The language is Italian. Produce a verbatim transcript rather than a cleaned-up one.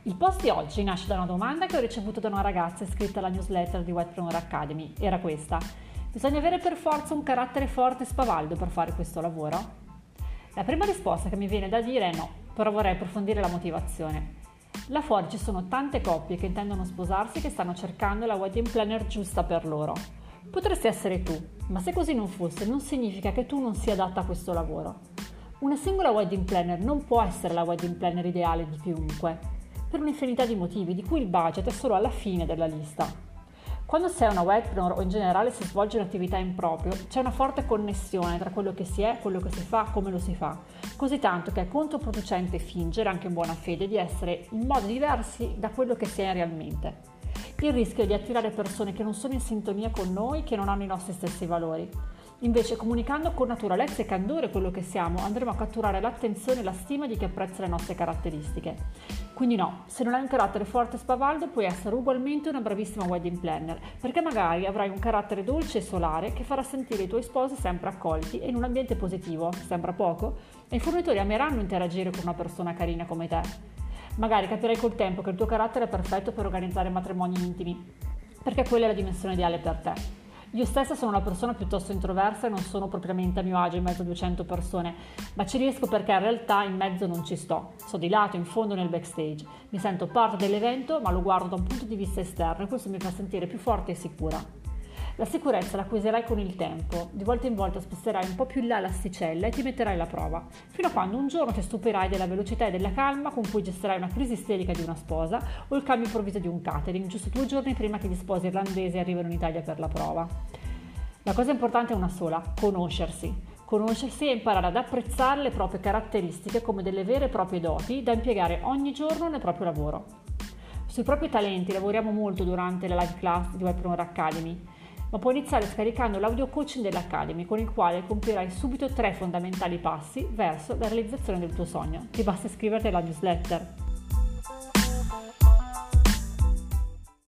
Il post di oggi nasce da una domanda che ho ricevuto da una ragazza iscritta alla newsletter di Webpreneur Academy. Era questa: bisogna avere per forza un carattere forte e spavaldo per fare questo lavoro? La prima risposta che mi viene da dire è no, però vorrei approfondire la motivazione. Là fuori ci sono tante coppie che intendono sposarsi e che stanno cercando la wedding planner giusta per loro. Potresti essere tu, ma se così non fosse, non significa che tu non sia adatta a questo lavoro. Una singola wedding planner non può essere la wedding planner ideale di chiunque, per un'infinità di motivi, di cui il budget è solo alla fine della lista. Quando sei una webpreneur o in generale si svolge un'attività in proprio, c'è una forte connessione tra quello che si è, quello che si fa, come lo si fa, così tanto che è controproducente fingere, anche in buona fede, di essere in modi diversi da quello che si è realmente. Il rischio è di attirare persone che non sono in sintonia con noi, che non hanno i nostri stessi valori. Invece, comunicando con naturalezza e candore quello che siamo, andremo a catturare l'attenzione e la stima di chi apprezza le nostre caratteristiche. Quindi no, se non hai un carattere forte e spavaldo, puoi essere ugualmente una bravissima wedding planner, perché magari avrai un carattere dolce e solare che farà sentire i tuoi sposi sempre accolti e in un ambiente positivo. Sembra poco? E i fornitori ameranno interagire con una persona carina come te. Magari capirai col tempo che il tuo carattere è perfetto per organizzare matrimoni intimi, perché quella è la dimensione ideale per te. Io stessa sono una persona piuttosto introversa e non sono propriamente a mio agio in mezzo a duecento persone, ma ci riesco perché in realtà in mezzo non ci sto. Sto di lato, in fondo nel backstage. Mi sento parte dell'evento, ma lo guardo da un punto di vista esterno e questo mi fa sentire più forte e sicura. La sicurezza l'acquisirai con il tempo, di volta in volta sposterai un po' più in là l'asticella e ti metterai alla prova, fino a quando un giorno ti stupirai della velocità e della calma con cui gestirai una crisi isterica di una sposa o il cambio improvviso di un catering, giusto due giorni prima che gli sposi irlandesi arrivino in Italia per la prova. La cosa importante è una sola: conoscersi. Conoscersi e imparare ad apprezzare le proprie caratteristiche come delle vere e proprie doti da impiegare ogni giorno nel proprio lavoro. Sui propri talenti lavoriamo molto durante la live class di Webpreneur Academy, ma puoi iniziare scaricando l'audio coaching dell'Academy, con il quale compirai subito tre fondamentali passi verso la realizzazione del tuo sogno. Ti basta iscriverti alla newsletter.